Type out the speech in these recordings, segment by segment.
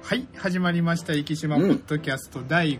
はい、始まりました生島ポッドキャスト第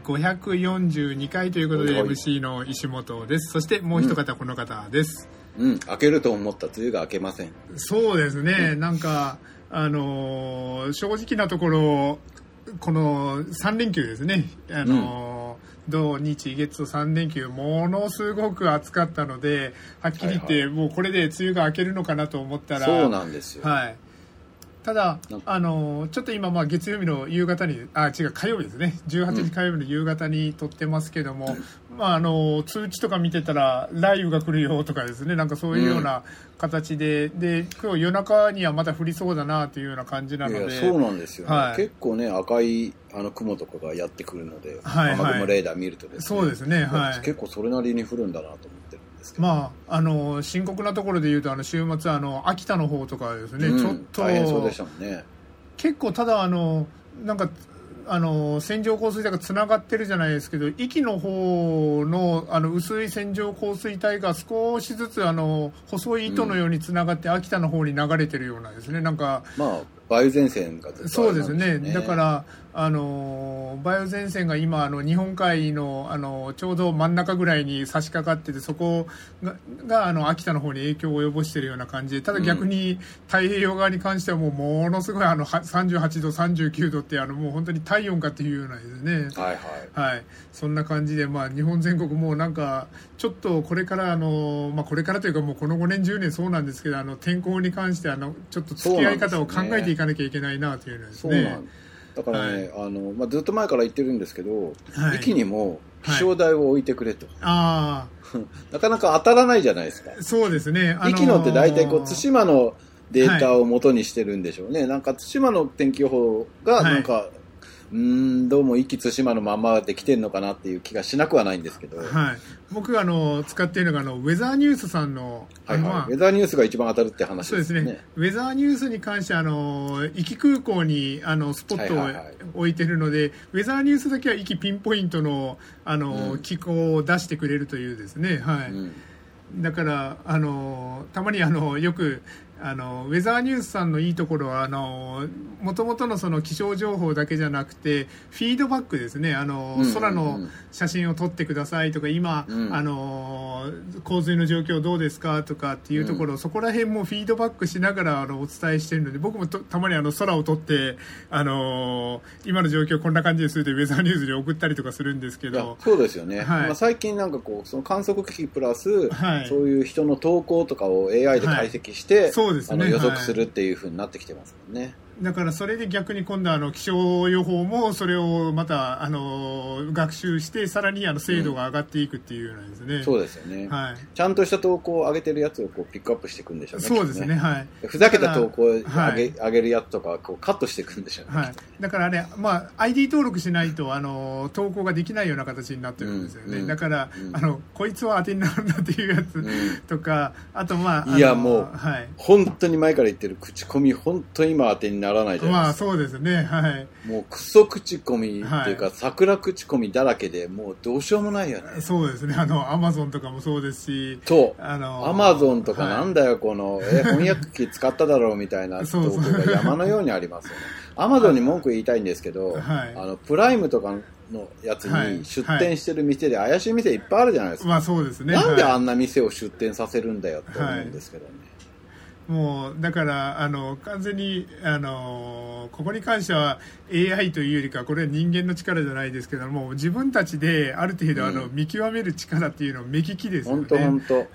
542回ということで、MC の石本です。そしてもう一方この方です。 明けると思った梅雨が明けません。 そうですね、なんか正直なところこの3連休ですね、土日月と3連休ものすごく暑かったので、はっきり言って、もうこれで梅雨が明けるのかなと思ったら、 そうなんですよ。 はい。ただちょっと今月曜日の夕方に火曜日ですね、18日火曜日の夕方に撮ってますけども、通知とか見てたら雷雨が来るよとかですね、なんかそういうような形で、今日夜中にはまた降りそうだなというような感じなので。 いやそうなんですよね、結構ね赤い雲とかがやってくるので、雨雲レーダー見るとですね、 そうですね、 結構それなりに降るんだなと思ってるんですけど、深刻なところでいうと週末秋田の方とかですね、ちょっと大変そうでしたもんね。 結構ただなんか線状降水帯がつながってるじゃないですけど、壱岐の方の薄い線状降水帯が少しずつ細い糸のようにつながって秋田の方に流れてるようなですね、なんか梅雨前線がずっとそうですね、だから梅雨前線が今日本海のちょうど真ん中ぐらいに差し掛かってて、そこが秋田の方に影響を及ぼしているような感じで、ただ逆に太平洋側に関してはものすごい38度39度ってもう本当に体温かっていうようなですね、そんな感じで、日本全国もうなんかちょっとこれからこれからというかもうこの5年10年そうなんですけど、天候に関してちょっと付き合い方を考えていかなきゃいけないなというのですね。 だからね、ずっと前から言ってるんですけど、壱岐にも気象台を置いてくれと、なかなか当たらないじゃないですか。 そうですね、 壱岐のって大体対馬のデータを元にしてるんでしょうね、なんか対馬の天気予報がなんか、どうも壱岐対馬のままできてるのかなっていう気がしなくはないんですけど、 僕が使っているのがウェザーニュースさんの、 ウェザーニュースが一番当たるって話ですね。 そうですね、ウェザーニュースに関して壱岐空港にスポットを置いてるので、ウェザーニュースだけは壱岐ピンポイントの気候を出してくれるというですね、だからたまによくウェザーニュースさんのいいところはもともとのその気象情報だけじゃなくてフィードバックですね、空の写真を撮ってくださいとか、今、洪水の状況どうですかとかっていうところ、そこら辺もフィードバックしながらお伝えしているので、僕もたまに空を撮って今の状況こんな感じですってウェザーニュースに送ったりとかするんですけど。 そうですよね、最近なんかその観測機器プラス、そういう人の投稿とかを AI で解析して、そうですね、予測するっていう風になってきてますもんね。 だからそれで逆に今度気象予報もそれをまた学習してさらに精度が上がっていくっていうようなですね、 そうですよね、ちゃんとした投稿を上げてるやつをピックアップしていくんでしょうね。 そうですね、 ふざけた投稿を上げるやつとかカットしていくんでしょうね、 だからね、ID 登録しないと投稿ができないような形になってるんですよね、だから、こいつは当てになるんだっていうやつとか、あといやもう、本当に前から言ってる口コミ本当に今当てにならないじゃないですか。 そうですね、 もうクソ口コミっていうか、桜口コミだらけでもうどうしようもないよね。 そうですね、アマゾンとかもそうですし、 アマゾンとかなんだよ、この翻訳機使っただろうみたいな投稿が山のようにありますよね。アマゾンに文句言いたいんですけど、プライムとかのやつに出店してる店で怪しい店いっぱいあるじゃないですか。 そうですね、 なんであんな店を出店させるんだよって思うんですけどね。 もうだから完全にここに関しては AI というよりか、これは人間の力じゃないですけども、自分たちである程度見極める力っていうのを目利きですよね。 本当。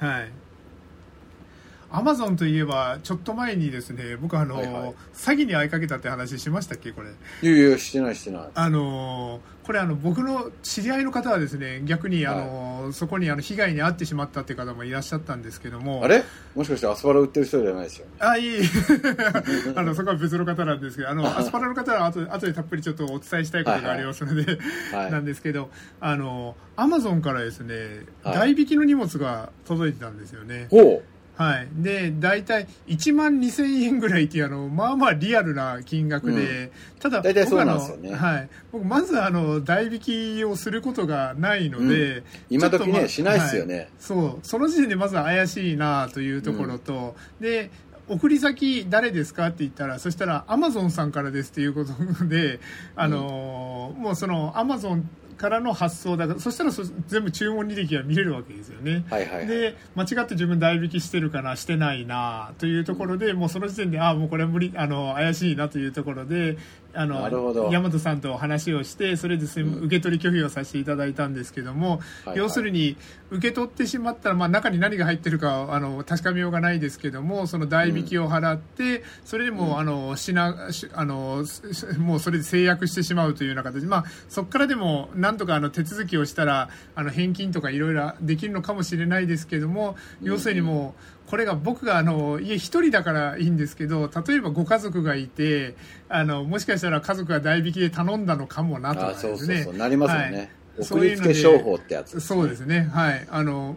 アマゾンといえばちょっと前にですね、僕詐欺に遭いかけたって話しましたっけ、これ。 いやしてない。 これ僕の知り合いの方はですね、逆にそこに被害に遭ってしまったっていう方もいらっしゃったんですけども。 あれもしかしてアスパラ売ってる人じゃないですよね。 いいそこは別の方なんですけど、アスパラの方は後でたっぷりちょっとお伝えしたいことがありますので、なんですけどアマゾンからですね、代引きの荷物が届いてたんですよね。で大体1万2000円ぐらいっていうまあまあリアルな金額で、ただ大体そうなんですよね。 僕まず代引きをすることがないので、 今時ねしないですよね。 その時点でまずは怪しいなというところと、で送り先誰ですかって言ったら、そしたらアマゾンさんからですっていうことで、もうそのアマゾンからの発送だから、そしたら全部注文履歴が見れるわけですよね。 はいはいはい、 で間違って自分代引きしてるかなしてないなというところで、もうその時点でもうこれは無理、怪しいなというところで大和さんと話をして、それで受け取り拒否をさせていただいたんですけども、要するに受け取ってしまったら、中に何が入ってるか確かめようがないですけども、その代引きを払って、それでももうそれで制約してしまうというような形で、そこからでもなんとか手続きをしたら返金とかいろいろできるのかもしれないですけども、要するにもうこれが僕が家一人だからいいんですけど、例えばご家族がいてもしかしたら家族が代引きで頼んだのかもなとかですね。 そうなりますよね、送りつけ商法ってやつですね。 そうですね。はい。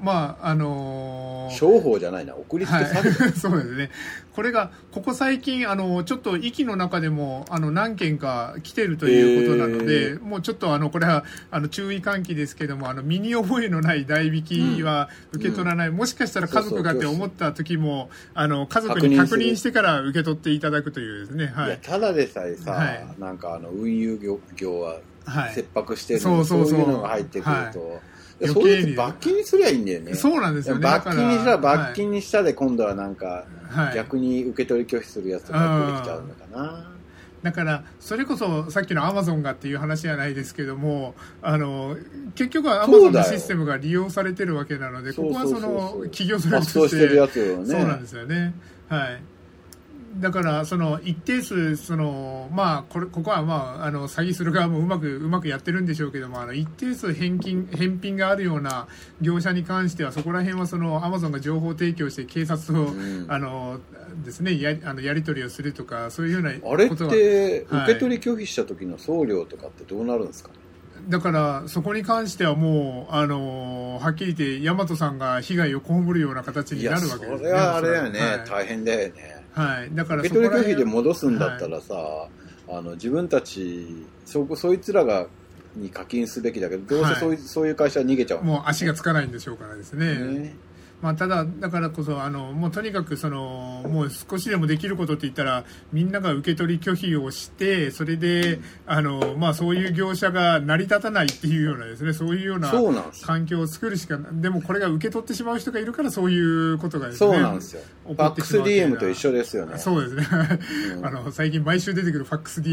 商法じゃないな、送りつけ詐欺、 はい、そうですね。これが、ここ最近、ちょっと域の中でも、何件か来てるということなので、もうちょっとこれは、注意喚起ですけども、身に覚えのない代引きは受け取らない。もしかしたら家族がって思った時も、家族に確認してから受け取っていただくというですね。はい。 いや、ただでさえさ、なんか運輸業は、切迫してるのに、そういうのが入ってくると、そういう罰金にすりゃいいんだよね。 そうなんですよね。 罰金にしたら罰金にしたで、今度はなんか、逆に受け取り拒否するやつとか出てきちゃうのかな。 だからそれこそさっきのアマゾンがっていう話じゃないですけども、結局はアマゾンのシステムが利用されてるわけなので、ここはその企業努力として、そうなんですよね。はい。だからその一定数ここは詐欺する側もうまくやってるんでしょうけども、一定数返品があるような業者に関しては、そこら辺はそのアマゾンが情報提供して警察と、ですね、やり取りをするとか、そういうようなことは。 あれって受け取り拒否した時の送料とかってどうなるんですかね。 だからそこに関してはもうはっきり言って大和さんが被害を被るような形になるわけですね。 それはあれだよね、大変だよね。 はい、だから受け取り拒否で戻すんだったらさ、自分たちそいつらに課金すべきだけど、どうせそういう会社は逃げちゃう、 もう足がつかないんでしょうからですね。ただからこそもうとにかくもう少しでもできることって言ったら、みんなが受け取り拒否をして、それでそういう業者が成り立たないっていうようなですね、そういうような環境を作るしか。でもこれが受け取ってしまう人がいるから、そういうことがですね、 そうなんですよ。ファックス DM と一緒ですよね。 そうですね。最近毎週出てくるファックス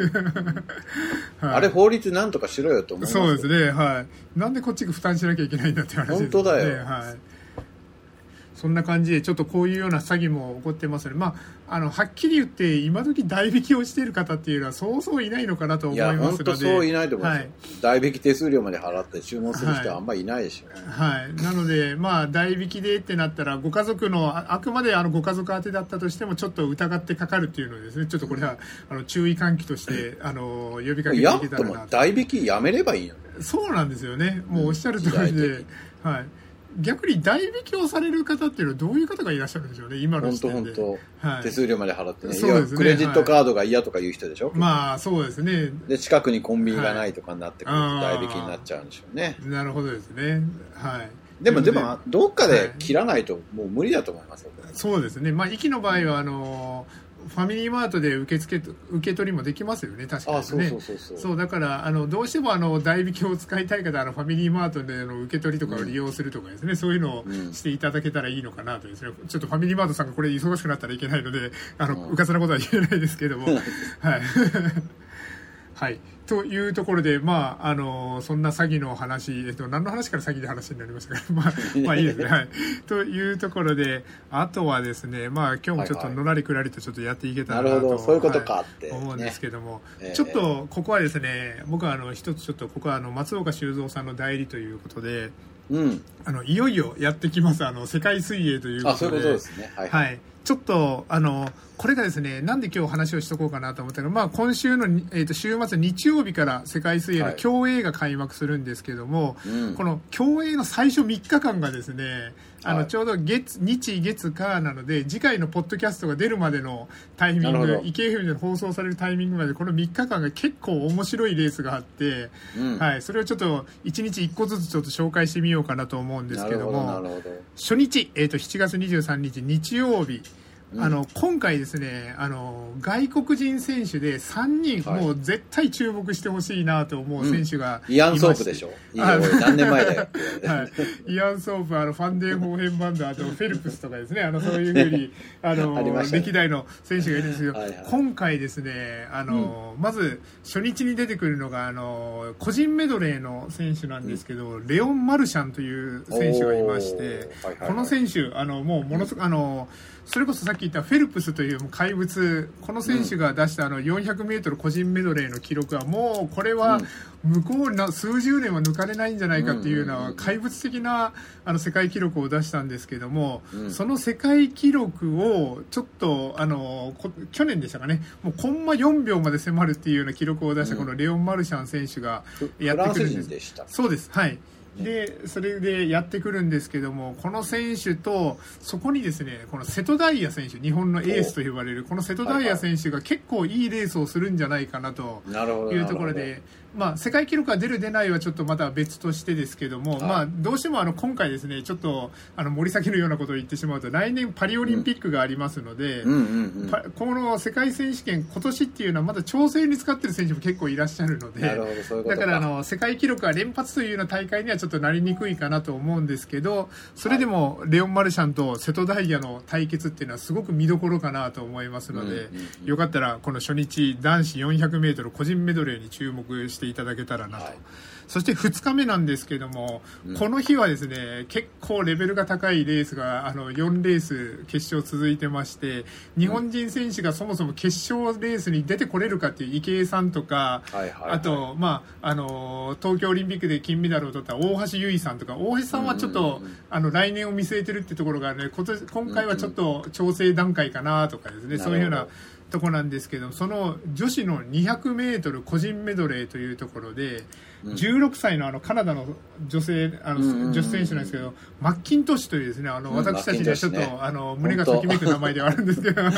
DM あれ法律なんとかしろよと思います。 そうですね。はい。なんでこっちが負担しなきゃいけないんだって話ですね。 本当だよ。 はい。そんな感じでちょっとこういうような詐欺も起こってますので、はっきり言って今時代引きをしている方っていうのはそうそういないのかなと思いますので。いや、本当そういないと思いますよ。代引き手数料まで払って注文する人はあんまりいないでしょ。 はい。なので、代引きでってなったら、ご家族の、あくまでご家族宛てだったとしても、ちょっと疑ってかかるっていうのをですね、ちょっとこれは、注意喚起として、呼びかけていけたらなと。 も代引きやめればいいの。 そうなんですよね。もうおっしゃる通りで、はい。逆に代引きをされる方っていうのはどういう方がいらっしゃるんでしょうね、今の時点で。 本当、はい、手数料まで払ってね。 そうですね。 クレジットカードが嫌とかいう人でしょ。 そうですね。 で、近くにコンビニがないとかになってくると代引きになっちゃうんでしょうね。 なるほどですね。はい。 でも、どっかで切らないともう無理だと思いますよ。 そうですね。壱の場合は、ファミリーマートで受け取りもできますよね、確かにね。そうだからどうしても代引きを使いたい方はファミリーマートでの受け取りとかを利用するとかですね、そういうのをしていただけたらいいのかなとですね。ちょっとファミリーマートさんがこれ忙しくなったらいけないのでうかつなことは言えないですけどもはいはい。というところで、そんな詐欺の話、何の話から詐欺の話になりましたかいいですね。はい。というところで、あとはですね、今日もちょっとのらりくらりとちょっとやっていけたらなと、 なるほど、そういうことかって、 思うんですけども、ちょっと、ここはですね、僕は一つちょっと、ここは松岡修造さんの代理ということで、いよいよやってきます、世界水泳ということで。 そういうことですね。 はい。ちょっと、これがですね、なんで今日話をしとこうかなと思ったら、今週の、週末日曜日から世界水泳の競泳が開幕するんですけども、この競泳の最初3日間がですね、ちょうど日月火なので、次回のポッドキャストが出るまでのタイミング、池江FMで放送されるタイミングまで、この3日間が結構面白いレースがあって、はい、それをちょっと1日1個ずつちょっと紹介してみようかなと思うんですけども、初日、7月23日日曜日、 今回ですね、外国人選手で3人、もう絶対注目してほしいなと思う選手がイアン・ソープでしょ。何年前だよ。 はい、イアン・ソープ、ファンデン・ホーヘンバンド、あとフェルプスとかですね、そういうふうに歴代の選手がいるんですけど、今回ですね、まず初日に出てくるのが個人メドレーの選手なんですけど、レオン・マルシャンという選手がいまして、この選手もうものすごくそれこそさっき言ったフェルプスという怪物、この選手が出した400メートル個人メドレーの記録はもうこれは向こうの数十年は抜かれないんじゃないかっていうような怪物的な世界記録を出したんですけども、その世界記録をちょっと去年でしたかね、もうコンマ4秒まで迫るっていうような記録を出したこのレオン・マルシャン選手がやってくるんです。そうです、はい。でそれでやってくるんですけども、この選手とそこにですね、この瀬戸大也選手、日本のエースと呼ばれるこの瀬戸大也選手が結構いいレースをするんじゃないかなというところで、世界記録が出る出ないはちょっとまた別としてですけども、どうしても今回ですね、ちょっと森崎のようなことを言ってしまうと、来年パリオリンピックがありますので、この世界選手権今年っていうのはまだ調整に使っている選手も結構いらっしゃるので、だから世界記録が連発というような大会にはちょっとなりにくいかなと思うんですけど、それでもレオン・マルシャンと瀬戸大也の対決っていうのはすごく見どころかなと思いますので、よかったらこの初日男子 400m 個人メドレーに注目していただけたらなと。そして2日目なんですけども、この日はですね、結構レベルが高いレースが4レース決勝続いてまして、日本人選手がそもそも決勝レースに出てこれるかっていう池江さんとか、あと東京オリンピックで金メダルを取った大橋悠依さんとか、大橋さんはちょっと来年を見据えてるってところがね、今回はちょっと調整段階かなとかですね、そういうようなとこなんですけど、その女子の 200m 個人メドレーというところで、16歳のカナダの女子選手なんですけど、マッキントッシュというですね、私たちにはちょっと胸がときめく名前ではあるんですけど、はい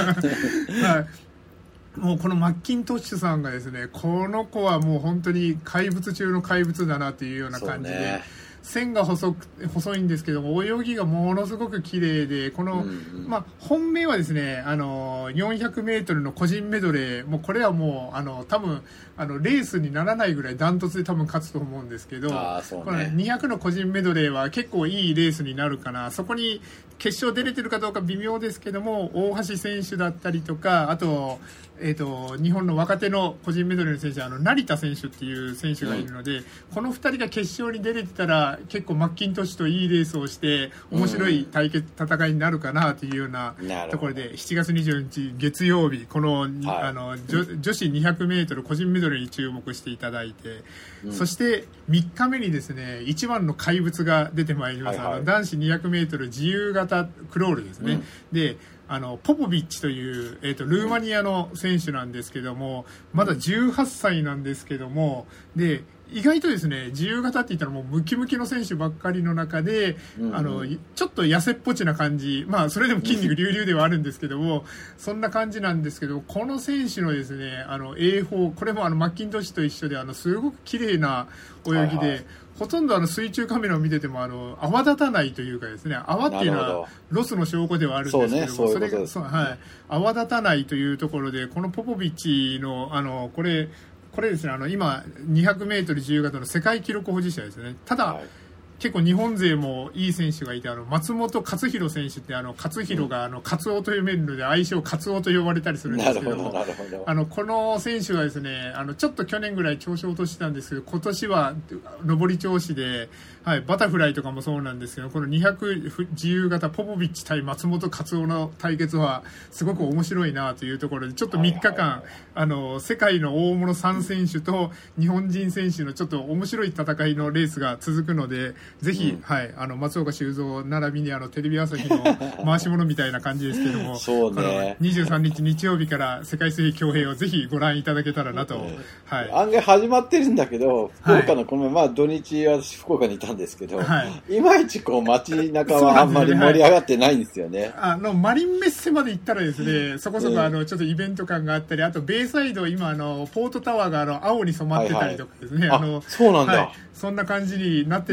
、もうこのマッキントッシュさんがですね、この子はもう本当に怪物中の怪物だなというような感じで、線が細いんですけども、泳ぎがものすごく綺麗で、この、本命はですね、400メートルの個人メドレー、もうこれはもう多分レースにならないぐらいダントツで多分勝つと思うんですけど、この200の個人メドレーは結構いいレースになるかな。そこに決勝出れてるかどうか微妙ですけども、大橋選手だったりとか、あと日本の若手の個人メドレーの選手、成田選手っていう選手がいるので、この2人が決勝に出れてたら結構マッキントッシュといいレースをして面白い戦いになるかなというようなところで、7月24日月曜日、この、女子 200m 個人メドレーに注目していただいて、そして3日目にですね、一番の怪物が出てまいります。男子 200m 自由形クロールですね、でポポビッチという、ルーマニアの選手なんですけども、まだ18歳なんですけども、で意外とですね、自由形って言ったらもうムキムキの選手ばっかりの中で、ちょっと痩せっぽちな感じ、それでも筋肉隆々ではあるんですけども、そんな感じなんですけど、この選手のですね、泳法、これもマッキントッシュと一緒ですごく綺麗な泳ぎで、ほとんど水中カメラを見てても泡立たないというかですね、泡っていうのはロスの証拠ではあるんですけども、それが泡立たないというところで、このポポビッチのこれですね、今 200m 自由形の世界記録保持者ですね。ただ、結構日本勢もいい選手がいて、松本克弘選手って、克弘がカツオと読めるので愛称カツオと呼ばれたりするんですけども、この選手はですね、ちょっと去年ぐらい調子を落としてたんですけど、今年は上り調子で、バタフライとかもそうなんですけど、この200自由形ポポビッチ対松本克夫の対決はすごく面白いなというところで、ちょっと3日間、世界の大物3選手と日本人選手のちょっと面白い戦いのレースが続くので、ぜひ、松岡修造並びにテレビ朝日の回し物みたいな感じですけども、 そうね、 この23日日曜日から世界水泳競泳をぜひご覧いただけたらなと、 案外始まってるんだけど、福岡のこの土日私福岡にいたんですけど、いまいち街中はあんまり盛り上がってないんですよね。 マリンメッセまで行ったらですね、そこそこちょっとイベント感があったり、あとベイサイド、今ポートタワーが青に染まってたりとかですね、 そうなんだ、 そんな感じになってたりはするん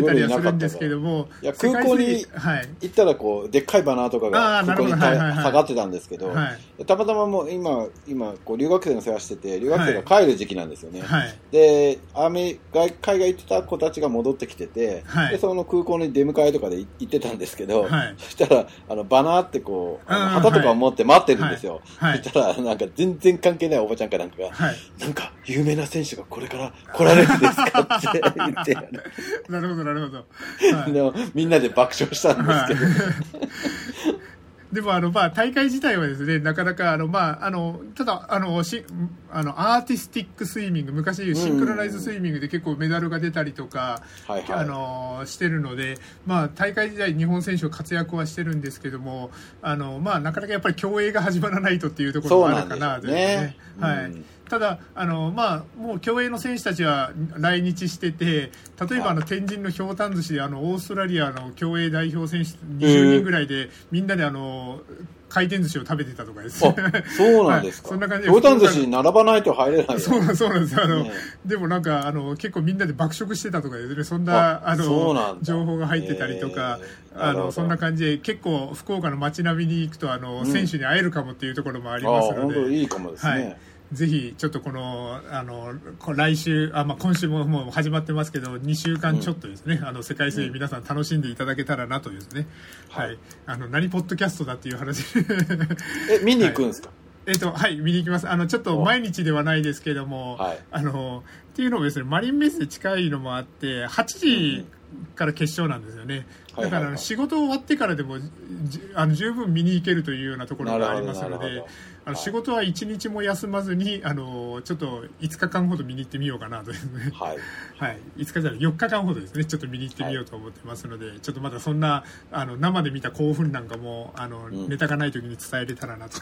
るんですけども、 いや空港に行ったらこうでっかいバナーとかが空港に下がってたんですけど、たまたまもう今こう留学生の世話してて、留学生が帰る時期なんですよね。で海外行ってた子たちが戻ってきてて、でその空港に出迎えとかで行ってたんですけど、そしたらバナーってこう旗とかを持って待ってるんですよ。そしたらなんか全然関係ないおばちゃんかなんかが、なんか有名な選手がこれから来られるんですかって言ってなるほどなるほど、 でもみんなで爆笑したんですけど、 でも大会自体はですね、なかなかただアーティスティックスイミング、昔いうシンクロナイズスイミングで結構メダルが出たりとか、してるので、大会時代日本選手活躍はしてるんですけども、なかなかやっぱり競泳が始まらないとっていうところがあるかなというね。ただもう競泳の選手たちは来日してて、例えば天神のひょうたん寿司でオーストラリアの競泳代表選手20人ぐらいでみんなで回転寿司を食べてたとかですね。 そうなんですか。そんな感じで。ひょうたん寿司並ばないと入れない。 そうなんです。でもなんか結構みんなで爆食してたとかですね。そんな情報が入ってたりとか、そんな感じで結構福岡の街並みに行くと選手に会えるかもっていうところもありますので。 本当いいかもですね。 ぜひちょっとこの来週今週ももう始まってますけど2週間ちょっとですね、世界水泳皆さん楽しんでいただけたらなというですね、何ポッドキャストだっていう話見に行くんですか？ 見に行きます。ちょっと毎日ではないですけども、っていうのもですね、マリンベースで近いのもあって8時から決勝なんですよね。だから仕事終わってからでも十分見に行けるというようなところがありますので、仕事は1日も休まずにちょっと5日間ほど見に行ってみようかなとですね、5日じゃない4日間ほどですね、ちょっと見に行ってみようと思ってますので、ちょっとまだそんな生で見た興奮なんかもネタがない時に伝えれたらなと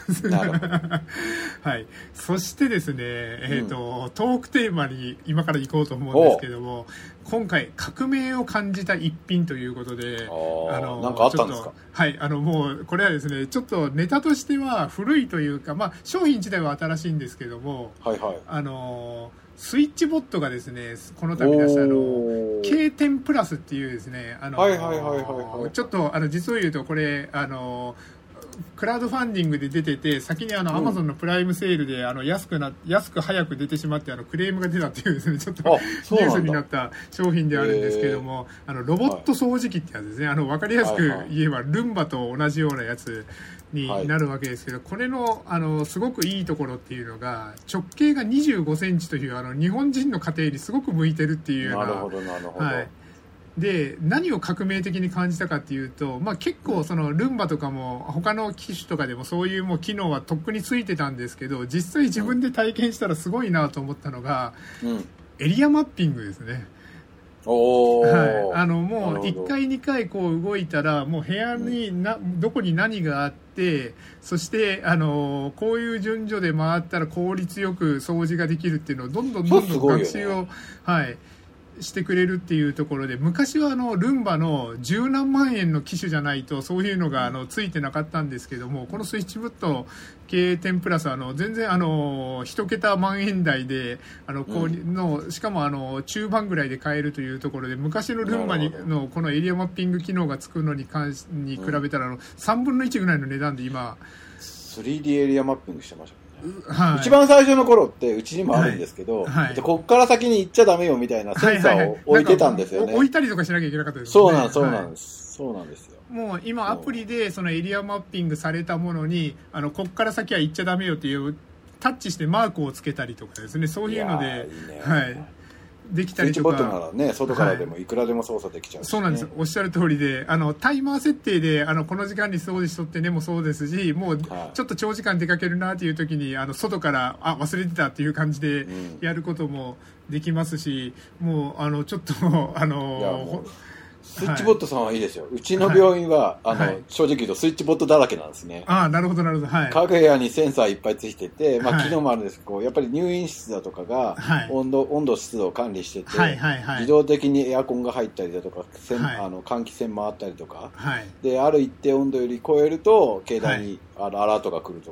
そしてですね、トークテーマに今から行こうと思うんですけども、今回革命を感じた一品ということで、 なんかあったんですか？ もうこれはですね、ちょっとネタとしては古いというか、商品自体は新しいんですけども、スイッチボットがですね、この度出したK10 プラスっていうですね、ちょっと実を言うとこれクラウドファンディングで出てて、先にAmazon のプライムセールで安く早く出てしまってクレームが出たっていうですね、ちょっとニュースになった商品であるんですけども、ロボット掃除機ってやつですね。分かりやすく言えばルンバと同じようなやつになるわけですけど、これのすごくいいところっていうのが、直径が25センチという日本人の家庭にすごく向いてるっていうような。 なるほど。 で何を革命的に感じたかっていうと、結構そのルンバとかも他の機種とかでもそういうもう機能はとっくについてたんですけど、実際自分で体験したらすごいなと思ったのが、エリアマッピングですね。もう1回2回こう動いたら、もう部屋にどこに何があって、そしてこういう順序で回ったら効率よく掃除ができるっていうのをどんどん学習をしてくれるっていうところで、昔はルンバの十何万円の機種じゃないとそういうのがついてなかったんですけども、このスイッチボット K10 プラスは全然一桁万円台でしかも中盤ぐらいで買えるというところで、昔のルンバのこのエリアマッピング機能がつくのに比べたら3分の1ぐらいの値段で今 3D エリアマッピングしてました。一番最初の頃ってうちにもあるんですけど、こっから先に行っちゃダメよみたいなセンサーを置いてたんですよね。 置いたりとかしなきゃいけなかったですね。 そうなんですよ。 もう今アプリでそのエリアマッピングされたものにこっから先は行っちゃダメよっていうタッチしてマークをつけたりとかですね、そういうのでできたりとか。スイッチボットならね、外からでもいくらでも操作できちゃうし、ね。そうなんです。おっしゃる通りで、タイマー設定で、この時間に掃除しとってねもそうですし、もう、ちょっと長時間出かけるなっていう時に、外から、忘れてたっていう感じでやることもできますし、もう、ちょっと、 スイッチボットさんはいいですよ。うちの病院は、正直言うとスイッチボットだらけなんですね。 なるほど。 各部屋にセンサーいっぱいついてて、機能もあるんですけど、やっぱり入院室だとかが、温度湿度を管理してて、自動的にエアコンが入ったりだとか、換気扇回ったりとか、で、ある一定温度より超えると、携帯にアラートが来るとか、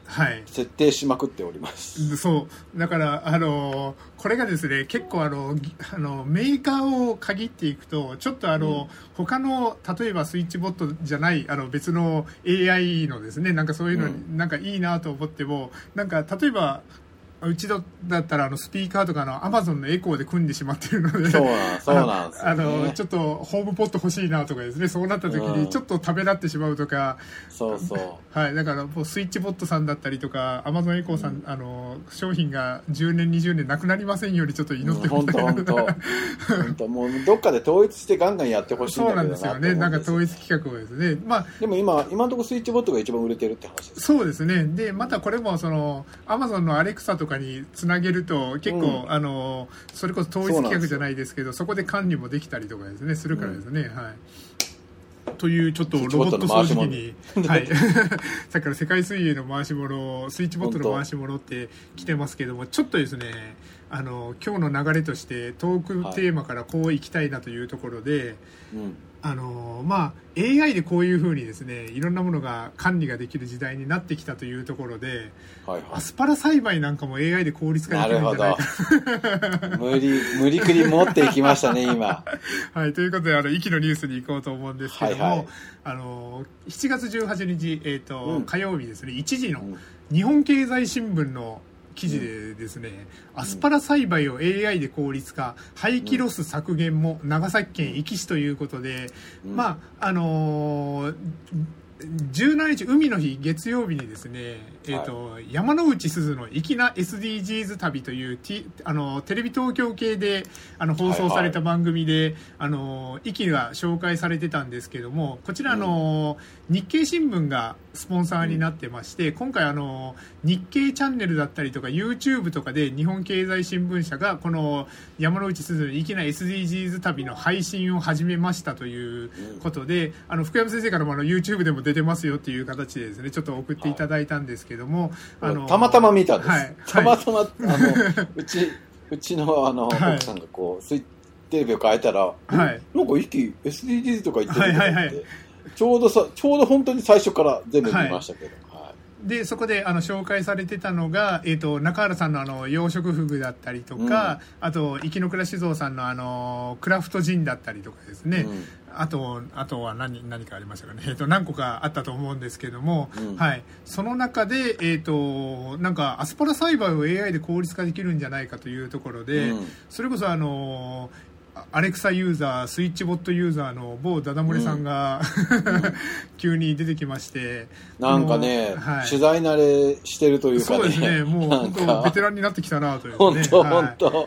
設定しまくっております。 そうだからこれがですね結構メーカーを限っていくとちょっと他の例えばスイッチボットじゃない別の AI のですねなんかそういうのになんかいいなと思ってもなんか例えばうちだったらスピーカーとかAmazon のエコーで組んでしまっているのでそうなんですよね。 ちょっとホームポット欲しいなとかですねそうなった時にちょっとためらってしまうとか、はいだからもうスイッチボットさんだったりとか Amazon エコーさん、商品が10年20年なくなりませんようにちょっと祈ってみたいな、 本当もうどっかで統一してガンガンやってほしいんだけどな。 そうなんですよね。なんか統一企画をですね、 でも今のところスイッチボットが一番売れてるって話です。 そうですね。でまたこれもAmazon の Alexa とかにつなげると結構、それこそ統一規約じゃないですけど そこで管理もできたりとかですねするからですね、というちょっとロボット掃除機にさっきから世界水泳の回し物スイッチボットの回し物って来てますけどもちょっとですね今日の流れとしてトークテーマからこういきたいなというところで、AI でこういうふうにですねいろんなものが管理ができる時代になってきたというところで、アスパラ栽培なんかも AI で効率化できるんじゃないか無理くり持っていきましたね今はいということで息のニュースに行こうと思うんですけども、7月18日、火曜日ですね1時の日本経済新聞の記事でですね、アスパラ栽培を AI で効率化、廃棄ロス削減も長崎県壱岐市ということで、17日海の日月曜日にですね、山之内すずの粋な SDGs 旅という、テレビ東京系で放送された番組で、壱岐が紹介されてたんですけどもこちら日経新聞がスポンサーになってまして、今回日経チャンネルだったりとか YouTube とかで日本経済新聞社がこの山之内すずの粋な SDGs 旅の配信を始めましたということで、福山先生からもYouTube でも出てますよっていう形でですねちょっと送っていただいたんですけども、 たまたま見たんです、たまたまうちの奥さんがこうテレビを変えたら、なんか一気 SDGs とか言ってるとか言って、ちょうど本当に最初から全部見ましたけど、 でそこで紹介されてたのが、中原さんの養殖フグだったりとか、あと生野倉酒造さんのクラフトジンだったりとかですね、あとは何かありましたかね、何個かあったと思うんですけども、その中で、なんかアスパラ栽培を AI で効率化できるんじゃないかというところで、それこそアレクサユーザースイッチボットユーザーの某ダダ漏れさんが、急に出てきまして、 なんかね、取材慣れしてるというかね、 そうですね、もう本当ベテランになってきたなというね、 本当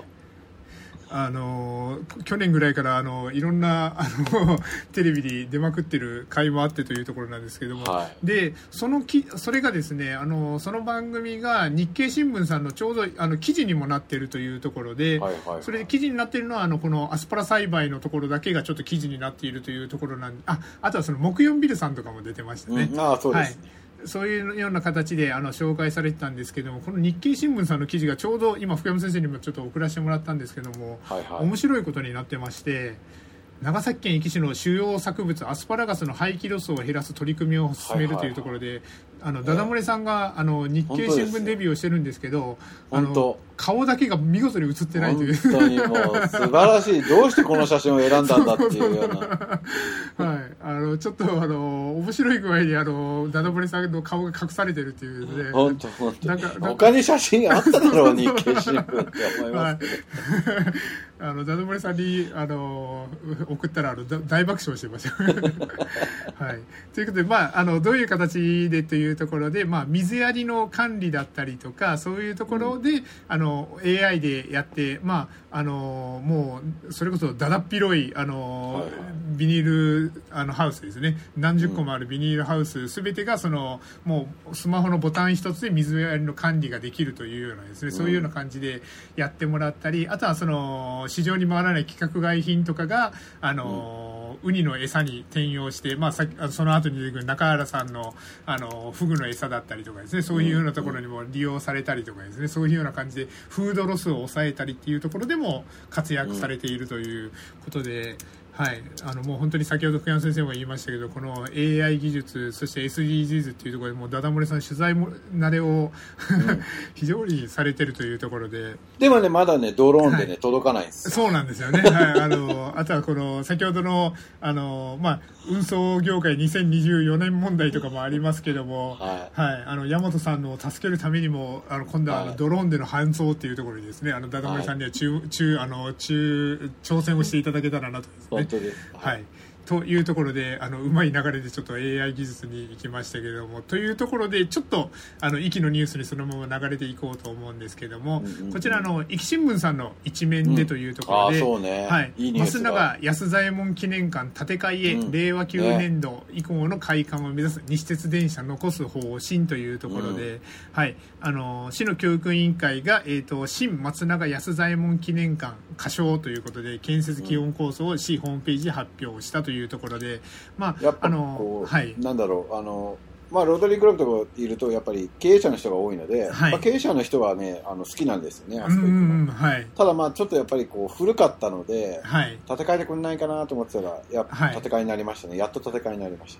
去年ぐらいからいろんなテレビに出まくってる回もあってというところなんですけども、でそれがですねその番組が日経新聞さんのちょうど記事にもなっているというところで、それで記事になっているのはこのアスパラ栽培のところだけがちょっと記事になっているというところなんで、あとはその木曜ビルさんとかも出てましたね。 そうですね、 そういうような形で紹介されてたんですけども、この日経新聞さんの記事がちょうど今福山先生にもちょっと送らせてもらったんですけども、面白いことになってまして、長崎県壱岐市の主要作物アスパラガスの廃棄ロスを減らす取り組みを進めるというところで、ダダ漏れさんが日経新聞デビューをしてるんですけど、顔だけが見事に写ってないという、 本当にもう素晴らしいどうしてこの写真を選んだんだっていうようなちょっと面白い具合にダダ漏れさんの顔が隠されてるっていうね、 本当他に写真あっただろう日経新聞って思いますけど、 ダダ漏れさんに送ったら大爆笑してましたということで、どういう形でというところで、水やりの管理だったりとかそういうところで、AI でやって、もうそれこそだだっ広いビニールハウスですね、何十個もあるビニールハウス全てがもうスマホのボタン一つで水やりの管理ができるというようなですね、そういうような感じでやってもらったり、あとは市場に回らない規格外品とかがウニの餌に転用して、その後に出てくる中原さんのフグの餌だったりとかですね、そういうようなところにも利用されたりとかですね、そういうような感じでフードロスを抑えたりっていうところでも活躍されているということで、 はい、もう本当に先ほど福山先生も言いましたけど、この AI 技術、そして SDGs っていうところでもうダダ漏れさん取材も慣れを非常にされてるというところで、 でもねまだねドローンでね、はい、届かないんですよ。 そうなんですよね。はい、あとはこの先ほどのまあ運送業界2024年問題とかもありますけども、はい、はい、山本さんの助けるためにも今度はドローンでの搬送っていうところにですね、ダダ漏れさんには挑戦をしていただけたらなとですね。 本当です。 はい。というところでうまい流れでちょっと AI 技術に行きましたけれども、というところでちょっと息のニュースにそのまま流れていこうと思うんですけども、こちら壱岐新聞さんの一面でというところで、 そうね、はい、いいニュースが増永安左衛門記念館建て替え、令和9年度以降の開館を目指す西鉄電車残す方針というところで、はい、市の教育委員会が、新松永安左衛門記念館仮称ということで建設基本構想を市ホームページで発表したというところで、まあ、 やっぱはい、なんだろうまあ、ロータリークラブとかいるとやっぱり経営者の人が多いので、はい、まあ、経営者の人はね好きなんですよね、あそこ行くの、はい、ただまあちょっとやっぱり古かったので、はい、建て替えてくれないかなと思ってたら建て替えになりましたね。やっと建て替えになりました。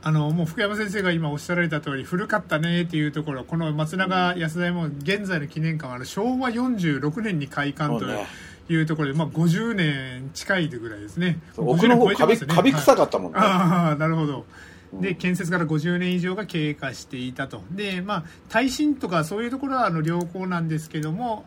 もう福山先生が今おっしゃられた通り古かったねっていうところ、この松永安左衛門現在の記念館は昭和46年に開館というところで、まあ、50年近いぐらいですね。 奥の方カビ臭かったもんね。 ああ、なるほど。で建設から50年以上が経過していたと。で、まあ、耐震とかそういうところは良好なんですけども、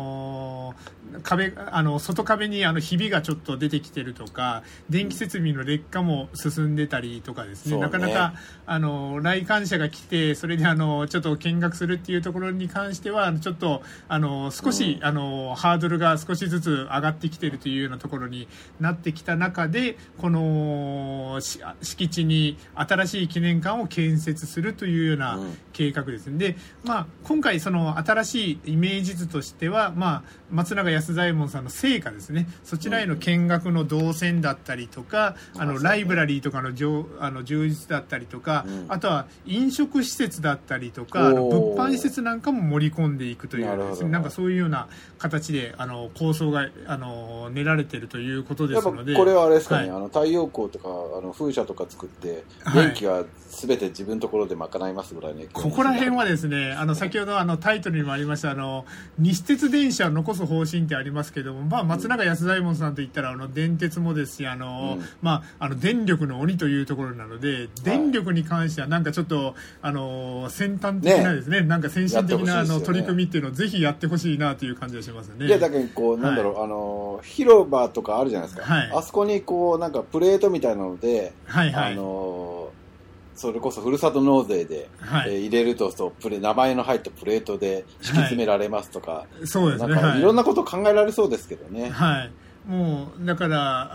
外壁にひびがちょっと出てきてるとか、電気設備の劣化も進んでたりとかですね、なかなか来館者が来てそれでちょっと見学するっていうところに関してはちょっと少しハードルが少しずつ上がってきてるというようなところになってきた中で、この敷地に新しい記念館を建設するというような計画ですね。で、まあ、今回その新しいイメージ図としては、まあ、松永安左衛門さんの成果ですね、そちらへの見学の動線だったりとか、ライブラリーとかの充実だったりとか、あとは飲食施設だったりとか物販施設なんかも盛り込んでいくというですね、なんかそういうような形で構想が練られているということですので、 これはあれですかね、はい、太陽光とか風車とか作って電気は全て自分のところで賄いますぐらいね。 ここら辺はですね、先ほどタイトルにもありました西鉄電車を残す方針ってありますけども、まあ、松永安左衛門さんといったら電鉄もですしまあ、電力の鬼というところなので、電力に関してはなんかちょっと先端的なですね、なんか先進的な取り組みっていうのをぜひやってほしいなという感じがしますね。 いやだけどなんだろう、広場とかあるじゃないですか、はい、あそこになんかプレートみたいなので、はいはい、それこそふるさと納税で、はい、入れると名前の入ったプレートで敷き詰められますとか、はい、そうですね、なんかいろんなこと考えられそうですけどね。 はい、もうだから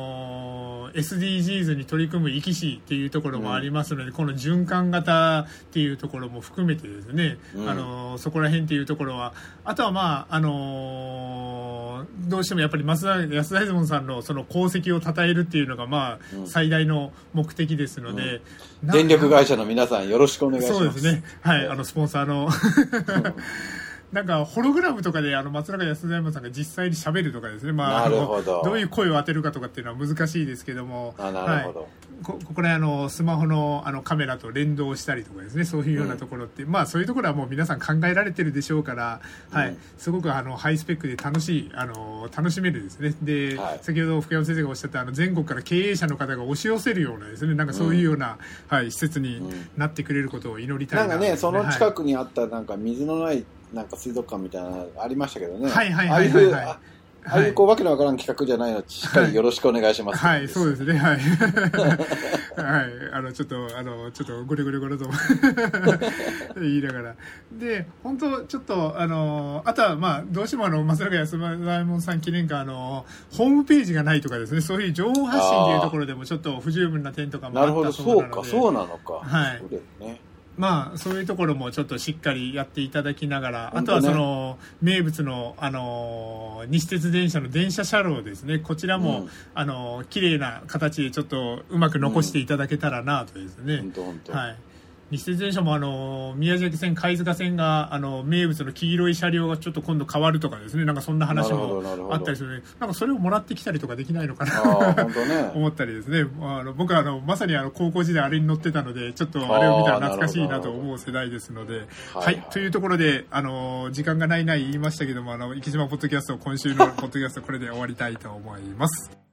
SDGs に取り組む壱岐市っていうところもありますので、この循環型っていうところも含めてですね、そこら辺っていうところは、あとはまあどうしてもやっぱり松永安左衛門さんのその功績を称えるっていうのがまあ最大の目的ですので、 電力会社の皆さんよろしくお願いします。 そうですね、はい、スポンサーのなんかホログラムとかで松永安左衛門さんが実際に喋るとかですね、まあ、どういう声を当てるかとかっていうのは難しいですけども、 なるほど、はい、 これスマホのカメラと連動したりとかですね、そういうようなところって、まあそういうところはもう皆さん考えられてるでしょうから、はい、すごくハイスペックで楽しめるですね。で、はい、先ほど福山先生がおっしゃった全国から経営者の方が押し寄せるようなですね、なんかそういうような、はい、施設になってくれることを祈りたいな、 なんかね、その近くにあったなんか水のないなんか水族館みたいなのありましたけどね。 はいはいはいはい、はい、 ああいうわけのわからん企画じゃないのしっかりよろしくお願いします。 はい、はい、そうですね、はいはい、ちょっとゴリゴリゴリと言いながら、で本当ちょっとあとはまあどうしても松永安左衛門さん記念館ホームページがないとかですね、そういう情報発信というところでもちょっと不十分な点とかもあったそうなので。なるほど、そうなのか。はい。そうですね。まあ、そういうところもちょっとしっかりやっていただきながら、あとはその名物の西鉄電車の電車車両ですね、こちらも綺麗な形でちょっとうまく残していただけたらなとですね。はい。 西鉄電車も宮崎線貝塚線が名物の黄色い車両がちょっと今度変わるとかですね、なんかそんな話もあったりするので、なんかそれをもらってきたりとかできないのかな本当、ね、思ったりですね。僕はまさに高校時代あれに乗ってたので、ちょっとあれを見たら懐かしいなと思う世代ですので、はい、というところで時間がない言いましたけども、生島ポッドキャスト、今週のポッドキャストこれで終わりたいと思います。